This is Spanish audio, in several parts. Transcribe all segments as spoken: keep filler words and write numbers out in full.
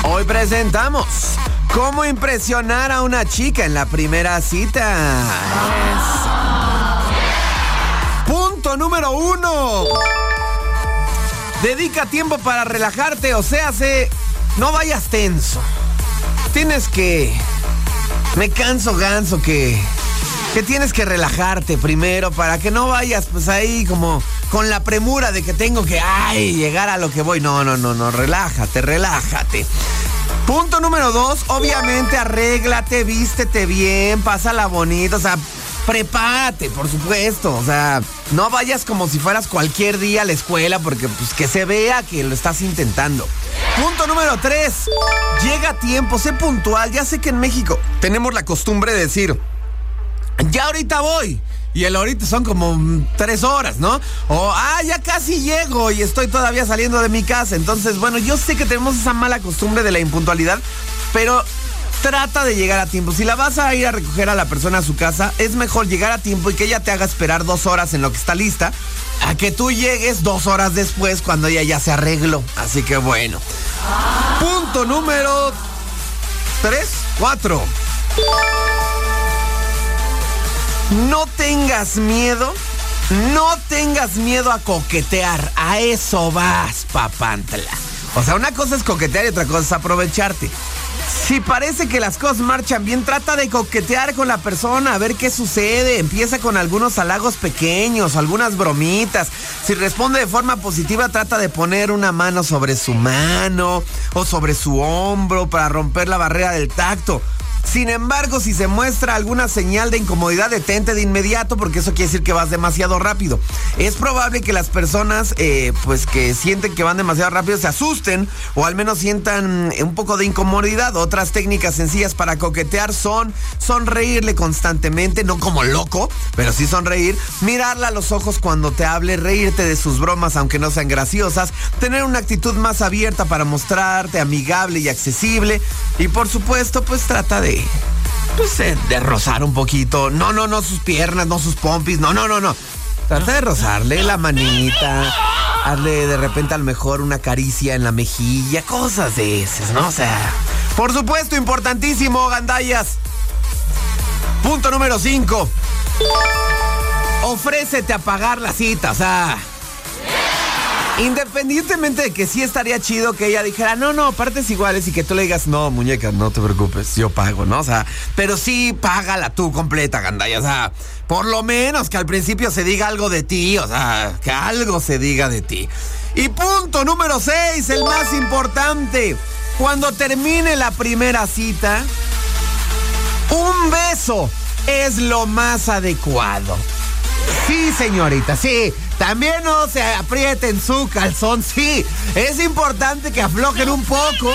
Hoy presentamos cómo impresionar a una chica en la primera cita. Es... Punto número uno. Dedica tiempo para relajarte, o sea, se... no vayas tenso. Tienes que... Me canso ganso que... que tienes que relajarte primero para que no vayas pues ahí como con la premura de que tengo que, ay, llegar a lo que voy. No, no, no, no, relájate, relájate. Punto número dos, obviamente arréglate, vístete bien, pásala bonito, o sea, prepárate, por supuesto. O sea, no vayas como si fueras cualquier día a la escuela porque pues que se vea que lo estás intentando. Punto número tres, llega a tiempo, sé puntual. Ya sé que en México tenemos la costumbre de decir, ya ahorita voy. Y el ahorita son como tres horas, ¿no? O, ah, ya casi llego y estoy todavía saliendo de mi casa. Entonces, bueno, yo sé que tenemos esa mala costumbre de la impuntualidad, pero trata de llegar a tiempo. Si la vas a ir a recoger a la persona a su casa, es mejor llegar a tiempo y que ella te haga esperar dos horas en lo que está lista, a que tú llegues dos horas después cuando ella ya se arregló. Así que bueno. Punto número tres, cuatro. No tengas miedo, no tengas miedo a coquetear. A eso vas, papantla. O sea, una cosa es coquetear y otra cosa es aprovecharte. Si parece que las cosas marchan bien, trata de coquetear con la persona, a ver qué sucede. Empieza con algunos halagos pequeños, algunas bromitas. Si responde de forma positiva, trata de poner una mano sobre su mano o sobre su hombro para romper la barrera del tacto. Sin embargo, si se muestra alguna señal de incomodidad, detente de inmediato, porque eso quiere decir que vas demasiado rápido. Es probable que las personas, eh, pues que sienten que van demasiado rápido, se asusten o al menos sientan un poco de incomodidad. Otras técnicas sencillas para coquetear son sonreírle constantemente, no como loco, pero sí sonreír, mirarla a los ojos cuando te hable, reírte de sus bromas aunque no sean graciosas, tener una actitud más abierta para mostrarte amigable y accesible, y por supuesto, pues trata de Pues eh, de rozar un poquito. No, no, no sus piernas, no sus pompis. No, no, no, no. Trata de rozarle la manita. Hazle de repente a lo mejor una caricia en la mejilla. Cosas de esas, ¿no? O sea, por supuesto, importantísimo, gandallas. Punto número cinco. Ofrécete a pagar la cita, o sea... Independientemente de que sí estaría chido que ella dijera, no, no, partes iguales, y que tú le digas, no, muñeca, no te preocupes, yo pago, ¿no? O sea, pero sí págala tú completa, gandalla. O sea, por lo menos que al principio se diga algo de ti, o sea, que algo se diga de ti. Y punto número seis, el más importante. Cuando termine la primera cita, un beso es lo más adecuado. Sí, señorita, sí. También no se aprieten su calzón, sí. Es importante que aflojen un poco,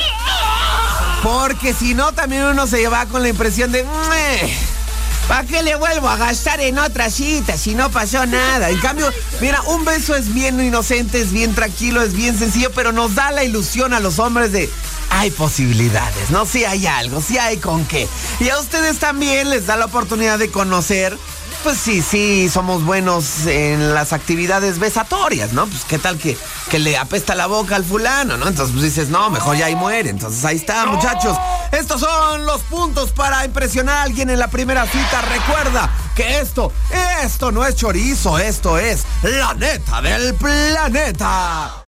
porque si no también uno se va con la impresión de... ¿Para qué le vuelvo a gastar en otra cita si no pasó nada? En cambio, mira, un beso es bien inocente, es bien tranquilo, es bien sencillo, pero nos da la ilusión a los hombres de... Hay posibilidades, ¿no? Sí hay algo, sí hay con qué. Y a ustedes también les da la oportunidad de conocer... Pues sí, sí, somos buenos en las actividades besatorias, ¿no? Pues qué tal que, que le apesta la boca al fulano, ¿no? Entonces pues dices, no, mejor ya ahí muere. Entonces ahí está, muchachos. Estos son los puntos para impresionar a alguien en la primera cita. Recuerda que esto, esto no es chorizo, esto es la neta del planeta.